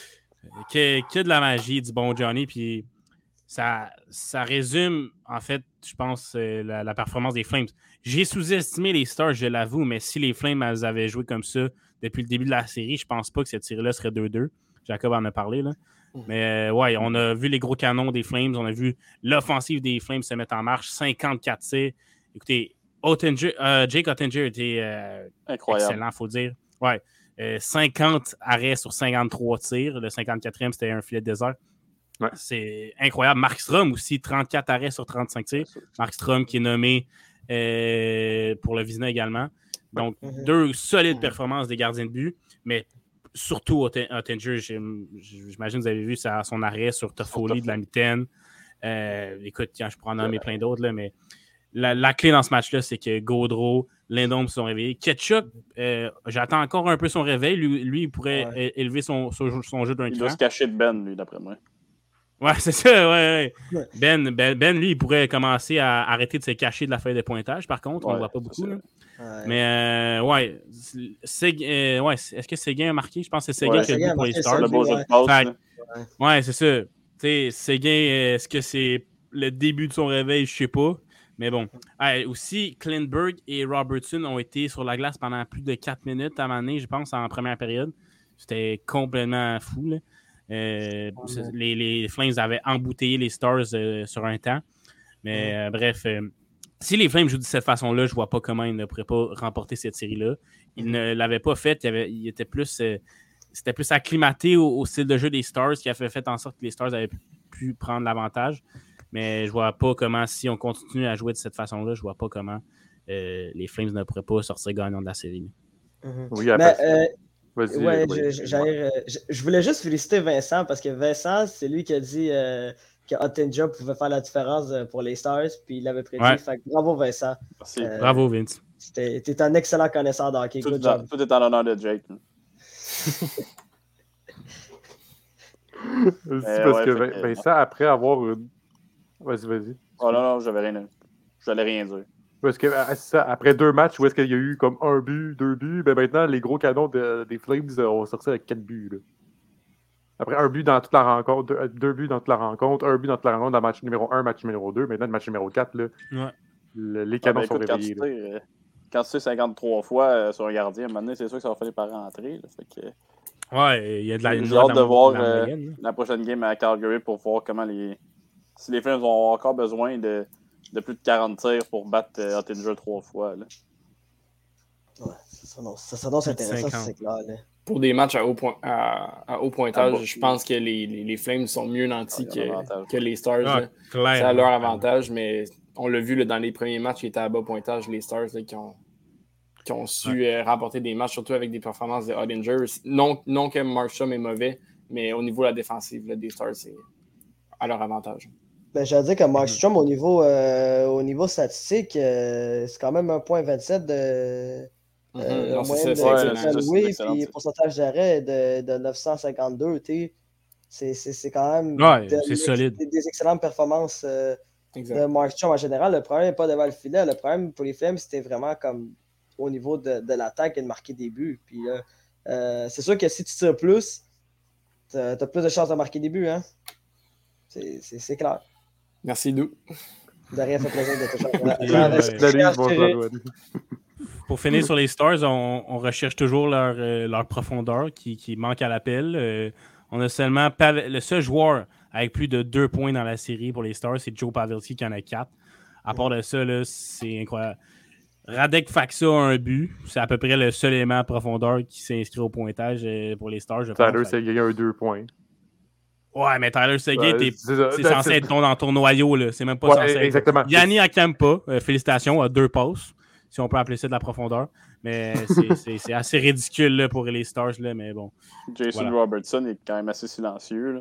que, que de la magie du bon Johnny. Puis ça, ça résume, en fait, je pense, euh, la, la performance des Flames. J'ai sous-estimé les Stars, je l'avoue, mais si les Flames elles avaient joué comme ça depuis le début de la série, je pense pas que cette série-là serait deux deux. Jacob en a parlé, là. Mais euh, ouais, on a vu les gros canons des Flames, on a vu l'offensive des Flames se mettre en marche, cinquante-quatre tirs. Écoutez, Ottinger, euh, Jake Ottinger était euh, Incroyable. excellent, il faut dire. Ouais, euh, cinquante arrêts sur cinquante-trois tirs. Le cinquante-quatrième, c'était un filet de désert. Ouais. C'est incroyable. Markstrom aussi, trente-quatre arrêts sur trente-cinq tirs. Markstrom qui est nommé euh, pour le Vizina également. Donc, Mhm. deux solides performances des gardiens de but, mais surtout Ottinger, j'imagine que vous avez vu ça, son arrêt sur Toffoli de la mitaine. Euh, écoute, tiens, je pourrais en nommer plein d'autres, là, mais la, la clé dans ce match-là, c'est que Gaudreau, Lindholm se sont réveillés. Ketchup, euh, j'attends encore un peu son réveil. Lui, lui il pourrait Ouais. é- élever son, son, son jeu d'un Il cran. doit se cacher de Ben, lui, d'après moi. Ouais, c'est ça, ouais, ouais. Ouais. Ben, ben, Ben, lui, il pourrait commencer à arrêter de se cacher de la feuille de pointage, par contre. On ne Ouais, voit pas c'est beaucoup. ça. Là. Ouais. Mais, euh, ouais. C'est, euh, ouais. Est-ce que Séguin a marqué? Je pense que c'est Séguin Ouais, qui a le Séguin but a pour les marqué Stars. seul Le beau ouais. jeu de passe. Fait- là. Ouais, c'est ça. Tu sais, Séguin, euh, est-ce que c'est le début de son réveil? Je sais pas. Mais bon. Ouais, aussi, Klingberg et Robertson ont été sur la glace pendant plus de quatre minutes à un moment donné, je pense, en première période. C'était complètement fou, là. Euh, Ouais. les, les Flames avaient embouteillé les Stars euh, sur un temps. Mais euh, bref, euh, si les Flames jouent de cette façon-là, je vois pas comment ils ne pourraient pas remporter cette série-là. Ils ne l'avaient pas fait. Il, y avait, il était plus, euh, c'était plus acclimaté au, au style de jeu des Stars qui a fait, fait en sorte que les Stars avaient pu, pu prendre l'avantage. Mais je vois pas comment, si on continue à jouer de cette façon-là, je vois pas comment euh, les Flames ne pourraient pas sortir gagnants de la série. Mhm. Oui, Mais, après ça. euh, Vas-y. ouais, euh, oui, je, j'allais, euh, je, je voulais juste féliciter Vincent parce que Vincent, c'est lui qui a dit euh, que Ottinger pouvait faire la différence euh, pour les Stars, puis il l'avait prédit. Ouais. Fait que bravo Vincent. Merci. Euh, Bravo, Vince. T'es, t'es un excellent connaisseur de hockey. Tout, Good dans- job. tout est en l'honneur de Jake. là. Aussi, Euh, parce ouais, que fait Vin- que- Vincent, après avoir une. Vas-y, vas-y. Oh non, non, j'avais rien. J'allais rien dire. Parce que ah, c'est ça, après deux matchs où est-ce qu'il y a eu comme un but, deux buts, ben maintenant les gros canons de- des Flames euh, ont sorti avec quatre buts. Là. Après un but dans toute la rencontre, deux, deux buts dans toute la rencontre, un but dans toute la rencontre dans le match numéro un, match numéro deux, maintenant le match numéro quatre, là, Ouais. le- les Ah, canons ben, sont écoute, quand, réveillés. tu là. tires, euh, quand tu sais cinquante-trois fois euh, sur un gardien, maintenant, c'est sûr que ça va finir par rentrer. Là, fait que, Ouais, il y a de la J'ai une hâte de la- voir la euh, moyenne, là. la prochaine game à Calgary pour voir comment les. Si les Flames ont encore besoin de, de plus de quarante tirs pour battre euh, Ottinger trois fois. Là. Ouais, ça s'annonce, ça s'annonce Plus de intéressant, cinquante. c'est clair. Là. Pour des matchs à haut, point, à, à haut pointage, Ah, bah, je pense que les, les, les Flames sont mieux nantis Ah, il y a un que, avantage. que les Stars. Ah, là. clair. C'est à leur avantage, mais on l'a vu là, dans les premiers matchs qui étaient à bas pointage, les Stars là, qui, ont, qui ont su euh, remporter des matchs, surtout avec des performances de Ottinger. Non, non que Markstrom est mauvais, mais au niveau de la défensive là, des Stars, c'est à leur avantage. Ben, j'allais dire que Markstrom, au niveau, euh, au niveau statistique, euh, c'est quand même un virgule vingt-sept de. Mhm. Euh, Non, moyenne c'est ça, de c'est ouais, excellent. c'est ça, c'est alloués, excellent, puis c'est- pourcentage d'arrêt de, de neuf cent cinquante-deux. t'sais. C'est, c'est, c'est quand même Ouais, de- c'est des, solide. des, des excellentes performances euh, Exact. de Markstrom en général. Le problème n'est pas devant le filet. Le problème pour les Flames, c'était vraiment comme au niveau de, de l'attaque et de marquer des buts. Puis là, euh, c'est sûr que si tu tires plus, tu as plus de chances de marquer des buts. Hein? C'est, c'est, c'est clair. Merci, Dou. De rien fait plaisir de te Ouais, faire. ouais. Salut, bonjour, Antoine. Pour finir sur les Stars, on, on recherche toujours leur, euh, leur profondeur qui, qui manque à l'appel. Euh, on a seulement Pavel- le seul joueur avec plus de deux points dans la série pour les Stars, c'est Joe Pavelski qui en a quatre. À part de ça, là, c'est incroyable. Radek Faksa a un but. C'est à peu près le seul élément de profondeur qui s'est inscrit au pointage euh, pour les Stars. Je pense. Tyler, c'est- il y a eu un deux points. Ouais, mais Tyler Seguin, Ouais, t'es- c'est ça. c'est That's censé it. être ton, dans ton noyau. Là. C'est même pas Ouais, censé être. exactement. Yanni Akampa, euh, félicitations, a deux passes, si on peut appeler ça de la profondeur. Mais c'est, c'est, c'est assez ridicule là, pour les Stars, là, mais bon. Jason Voilà. Robertson est quand même assez silencieux. Là.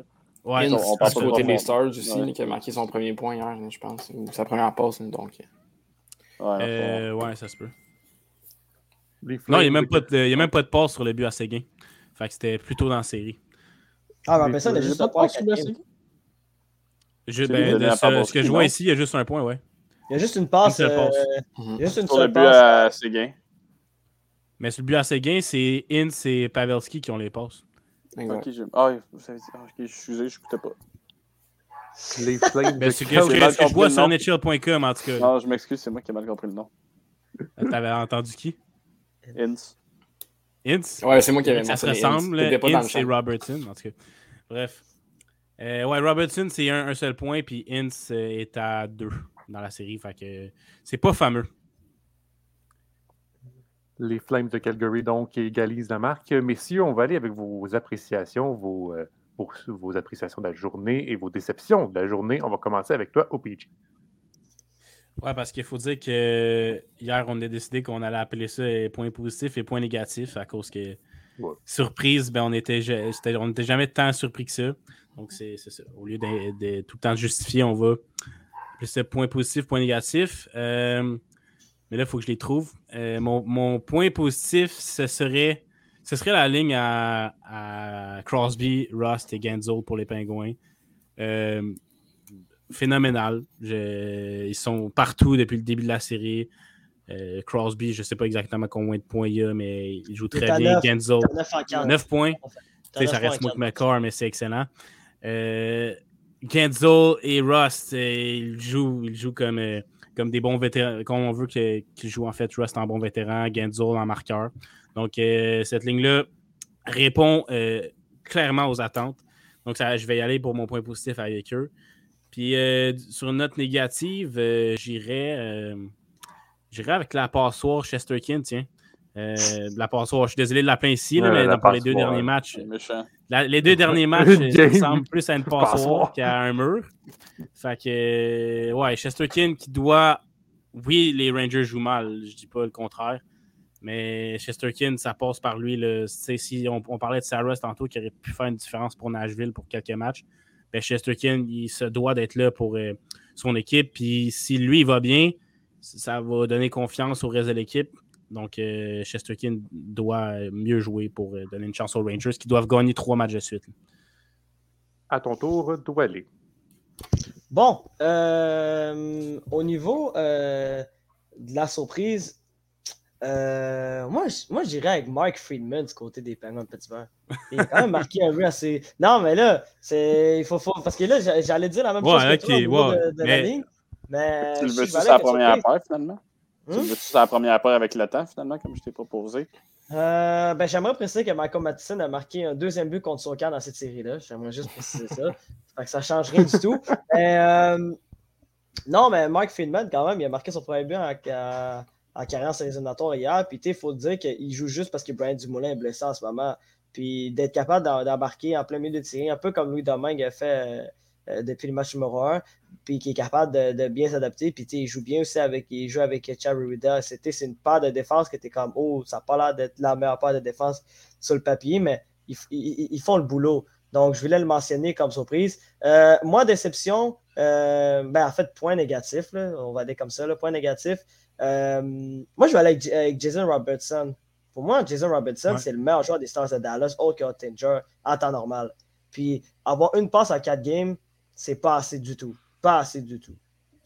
Ouais, Ince, on on parle du pas côté de des bon. Stars aussi, Ouais. qui a marqué son premier point hier, je pense. Ou sa première passe. Donc. Ouais, euh, ouais, ça se peut. Les Non, il n'y a, Flames même de pas de- il y a même pas de passe sur le but à Séguin. Fait que c'était plutôt dans la série. Ah, Les Robinson a Flames- juste pas un de point à passe sur quatrième. Blessé. Je, C'est lui qui ben, donnait de à ce, Pavelski, ce que je non? vois ici, il y a juste un point, ouais. Il y a juste une Une passe. seule euh, passe. Il y a juste une Sur le seule but passe. à Séguin. Mais sur le but à Séguin, c'est Ince et Pavelski qui ont les passes. Exact. Ok, j'ai. Ah, oui, vous avez dit. Ah, ok, excusez, je n'écoutais pas. Les Flames Ben, de c'est que- Calgary. ce que, mal ce que je compris vois le sur nom. N H L point com, en tout cas. Non, je m'excuse, c'est moi qui ai mal compris le nom. T'avais entendu qui? Ince. Ince? Ouais, c'est moi qui avais Ça se mentionné Ince. ressemble, T'étais pas dans le Ince et champ. Robertson, en tout cas. Bref. Euh, ouais, Robertson, c'est un, un seul point, puis Ince euh, est à deux dans la série. Fait que c'est pas fameux. Les Flames de Calgary, donc, égalisent la marque. Messieurs, on va aller avec vos appréciations, vos, euh, vos, vos appréciations de la journée et vos déceptions de la journée. On va commencer avec toi, O P G. Ouais, parce qu'il faut dire que hier, on a décidé qu'on allait appeler ça euh, point positif et point négatif à cause que, Ouais. surprise, ben, on était, ja- c'était- on n'était jamais tant surpris que ça. Donc, c'est, c'est ça. Au lieu de, de tout le temps justifier, on va appeler ça point positif, point négatif. Euh, mais là, il faut que je les trouve. Euh, mon, mon point positif, ce serait, ce serait la ligne à, à Crosby, Rust et Genzo pour les Pingouins. Euh, phénoménal. Je- ils sont partout depuis le début de la série. Euh, Crosby, je ne sais pas exactement combien de points il y a, mais il joue Il est très à bien. neuf. Genzo, T'as neuf en quatre. neuf points. T'as Tu sais, ça neuf points reste en Mook quatre. McCarr, mais c'est excellent. Euh, Genzo et Rust, euh, ils jouent, ils jouent comme, euh, comme des bons vétérans, comme on veut que- qu'ils jouent en fait Rust en bon vétéran, Genzo en marqueur. Donc, euh, cette ligne-là répond euh, clairement aux attentes. Donc, ça, je vais y aller pour mon point positif avec eux. Puis, euh, sur une note négative, euh, j'irais, euh, j'irais avec la passoire Chesterkin, tiens. Euh, la passoire, je suis désolé de l'appeler ici, là, Euh, mais la dans- pour les deux passoire, derniers hein. matchs, C'est méchant. la- les deux derniers matchs, Une ça game. ressemble plus à une passoire Passoire. qu'à un mur. Fait que, euh, ouais, Chesterkin qui doit. Oui, les Rangers jouent mal, je dis pas le contraire. Mais Chesterkin, ça passe par lui. Là. Tu sais, si on, on parlait de Saros tantôt qui aurait pu faire une différence pour Nashville pour quelques matchs, ben Chesterkin, il se doit d'être là pour euh, son équipe. Puis si lui, il va bien, ça va donner confiance au reste de l'équipe. Donc, euh, Chesterkin doit mieux jouer pour euh, donner une chance aux Rangers qui doivent gagner trois matchs de suite. À ton tour, Doualé. Bon, euh, au niveau euh, de la surprise, euh, moi, je- moi, j'irais avec Mark Friedman du côté des Penguins de Pittsburgh. Il a quand même marqué un but assez. Non, mais là, c'est. Il faut, faut- parce que là, j'a- j'allais dire la même Ouais, chose que ok, toi au niveau ouais, de, de la mais- ligne. Mais. Tu le je sais veux-tu que sur Valek la a première surpris. paire, finalement? Tu le Hum? veux-tu sur la première paire avec le temps, finalement, comme je t'ai proposé? Euh, ben, j'aimerais préciser que Michael Matheson a marqué un deuxième but contre son camp dans cette série-là. J'aimerais juste préciser ça. Fait que ça change rien du tout. Mais, euh, non, mais Mike Friedman, quand même, il a marqué son premier but en, en, en carrière éliminatoire hier. Puis, il faut dire qu'il joue juste parce que Brian Dumoulin est blessé en ce moment. Puis, d'être capable d'en- d'embarquer en plein milieu de série, un peu comme Louis Domingue a fait euh, euh, depuis le match numéro un, puis qui est capable de, de bien s'adapter. Puis, il joue bien aussi avec, il joue avec Charlie Rida. C'était, c'est une paire de défense qui était comme, oh, ça n'a pas l'air d'être la meilleure paire de défense sur le papier, mais ils, ils, ils font le boulot. Donc, je voulais le mentionner comme surprise. Euh, moi, déception, euh, ben, en fait, point négatif, là, on va aller comme ça, là, point négatif. Euh, moi, je vais aller avec, avec Jason Robertson. Pour moi, Jason Robertson, Ouais. c'est le meilleur joueur des Stars de Dallas, autre que Ottinger, en temps normal. Puis, avoir une passe en quatre games, c'est pas assez du tout. Pas assez du tout.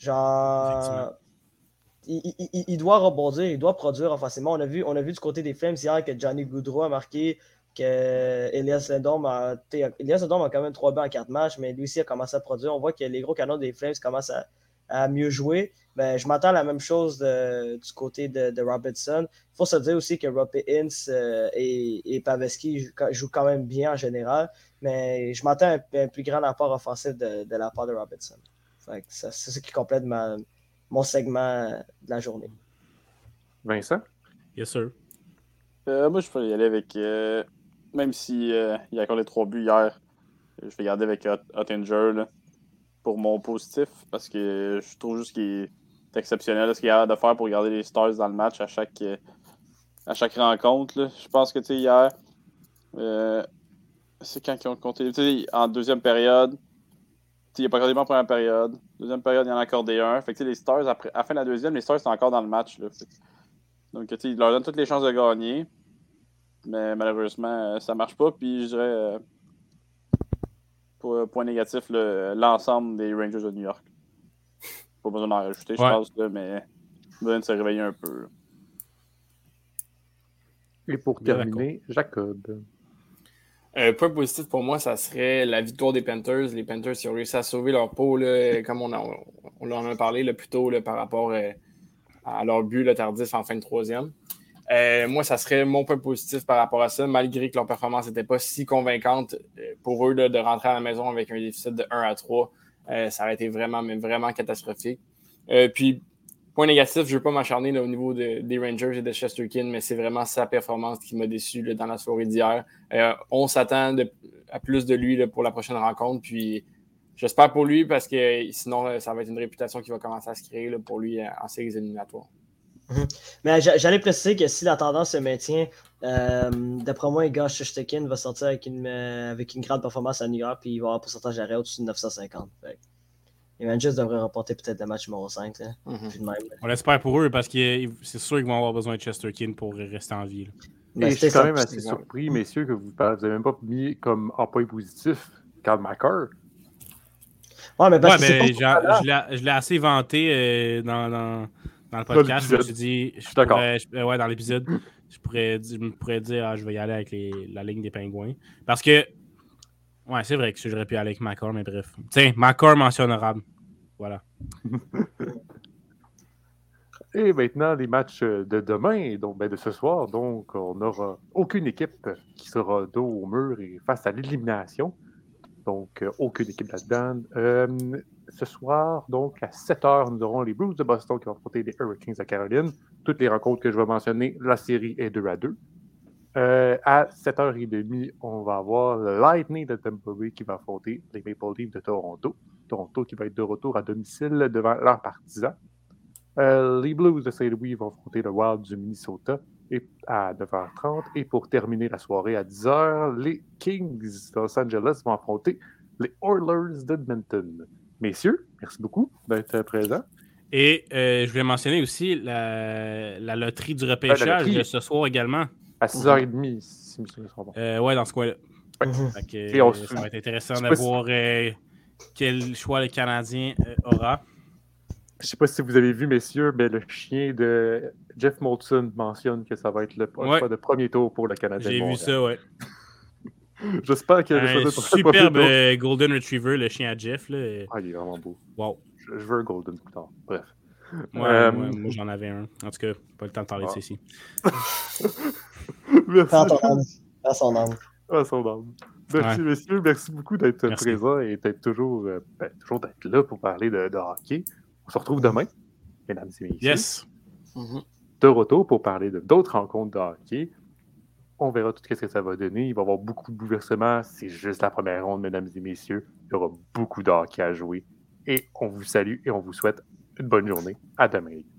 Genre, il, il, il, il doit rebondir, il doit produire offensivement. On a vu, on a vu du côté des Flames hier que Johnny Gaudreau a marqué, que Elias Lindholm a, Elias Lindholm a quand même trois buts en quatre matchs, mais lui aussi a commencé à produire. On voit que les gros canons des Flames commencent à, à mieux jouer. Ben, je m'attends à la même chose de, du côté de, de Robertson. Il faut se dire aussi que Robbie Ince euh, et, et Pavelski jouent, jouent quand même bien en général, mais je m'attends à un, un plus grand apport offensif de, de la part de Robertson. Fait que ça, c'est ce qui complète ma, mon segment de la journée. Vincent? Yes, sir. Euh, moi, je vais y aller avec. Euh, même si euh, il a encore les trois buts hier, je vais garder avec Ot- Ottinger là, pour mon positif parce que je trouve juste qu'il est exceptionnel ce qu'il a de faire pour garder les Stars dans le match à chaque, euh, à chaque rencontre. Là. Je pense que tu sais, hier, euh, C'est quand ils ont compté. Tu sais, en deuxième période, il n'a pas accordé en première période. Deuxième période, il en a accordé un. Fait que les Stars, après, à la fin de la deuxième, les Stars sont encore dans le match. Là. Donc, tu sais, il leur donne toutes les chances de gagner. Mais malheureusement, ça marche pas. Puis, je dirais, euh, pour point négatif, le, l'ensemble des Rangers de New York. Pas besoin d'en rajouter, je Ouais. pense, là, mais besoin de se réveiller un peu. Et pour Bien terminer, Jacob. Un point positif pour moi, ça serait la victoire des Panthers. Les Panthers qui ont réussi à sauver leur peau, là, comme on, a, on en a parlé là, plus tôt là, par rapport euh, à leur but là, tardif en fin de troisième. Euh, moi, ça serait mon point positif par rapport à ça, malgré que leur performance n'était pas si convaincante euh, pour eux là, de rentrer à la maison avec un déficit de un à trois. Euh, ça aurait été vraiment, mais vraiment catastrophique. Euh, puis, point négatif, je ne veux pas m'acharner là, au niveau de, des Rangers et de Shesterkin, mais c'est vraiment sa performance qui m'a déçu là, dans la soirée d'hier. Euh, on s'attend de, à plus de lui là, pour la prochaine rencontre. Puis j'espère pour lui parce que sinon, ça va être une réputation qui va commencer à se créer là, pour lui en séries éliminatoires. Mm-hmm. Mais j'allais préciser que si la tendance se maintient, euh, d'après moi, Igor Shesterkin va sortir avec une, euh, avec une grande performance à New York puis il va avoir un pourcentage d'arrêt au-dessus de neuf cent cinquante. Fait. Les Rangers devraient remporter peut-être le match numéro cinq. Là. Mm-hmm. Même, on l'espère pour eux parce que c'est sûr qu'ils vont avoir besoin de Shesterkin pour rester en vie. Là. Et ben, je suis quand même assez surpris, messieurs, que vous n'avez même pas mis comme en point positif Carl McCarr. Ouais, mais, parce ouais, que mais je l'ai assez vanté euh, dans, dans, dans le podcast. Je me suis dit, je pourrais, je, ouais, dans l'épisode, je pourrais, je pourrais dire, ah, je vais y aller avec les, la ligne des Pingouins. Parce que, ouais, c'est vrai que j'aurais pu aller avec McCarr, mais bref. Tiens, McCarr mention honorable. Voilà. Et maintenant, les matchs de demain, donc ben de ce soir, donc on n'aura aucune équipe qui sera dos au mur et face à l'élimination. Donc, euh, aucune équipe là-dedans. Euh, ce soir, donc, à sept heures, nous aurons les Blues de Boston qui vont affronter les Hurricanes de Caroline. Toutes les rencontres que je vais mentionner, la série est deux à deux. Euh, à sept heures trente, on va avoir le Lightning de Tampa Bay qui va affronter les Maple Leafs de Toronto. Toronto qui va être de retour à domicile devant leurs partisans. Euh, les Blues de Saint-Louis vont affronter le Wild du Minnesota et à neuf heures trente. Et pour terminer la soirée à dix heures, les Kings de Los Angeles vont affronter les Oilers d'Edmonton. Messieurs, merci beaucoup d'être présents. Et euh, je voulais mentionner aussi la, la loterie du repêchage la loterie. De ce soir également. À six heures trente, si mes souvenirs sont bons. Euh, ouais, dans ce coin-là. Ouais. Fait que, Et on ça va être intéressant de voir si... euh, quel choix le Canadien euh, aura. Je ne sais pas si vous avez vu, messieurs, mais le chien de Jeff Molson mentionne que ça va être le ouais. choix de premier tour pour le Canadien. J'ai vu ça, ouais. J'espère que un le superbe euh, Golden Retriever, le chien à Jeff. Là. Ah, il est vraiment beau. Wow. Je, je veux un Golden plus tard. Bref. Ouais, euh... ouais, moi, j'en avais un. En tout cas, pas le temps de parler ah. de ceci. Merci. À ton âme. À son âme. À son âme. Merci, ouais. messieurs. Merci beaucoup d'être merci. présents et d'être toujours, euh, ben, toujours d'être là pour parler de, de hockey. On se retrouve demain, mesdames et messieurs. Yes. Mm-hmm. De retour pour parler de d'autres rencontres de hockey. On verra tout ce que ça va donner. Il va y avoir beaucoup de bouleversements. C'est juste la première ronde, mesdames et messieurs. Il y aura beaucoup de hockey à jouer. Et on vous salue et on vous souhaite une bonne journée. À demain.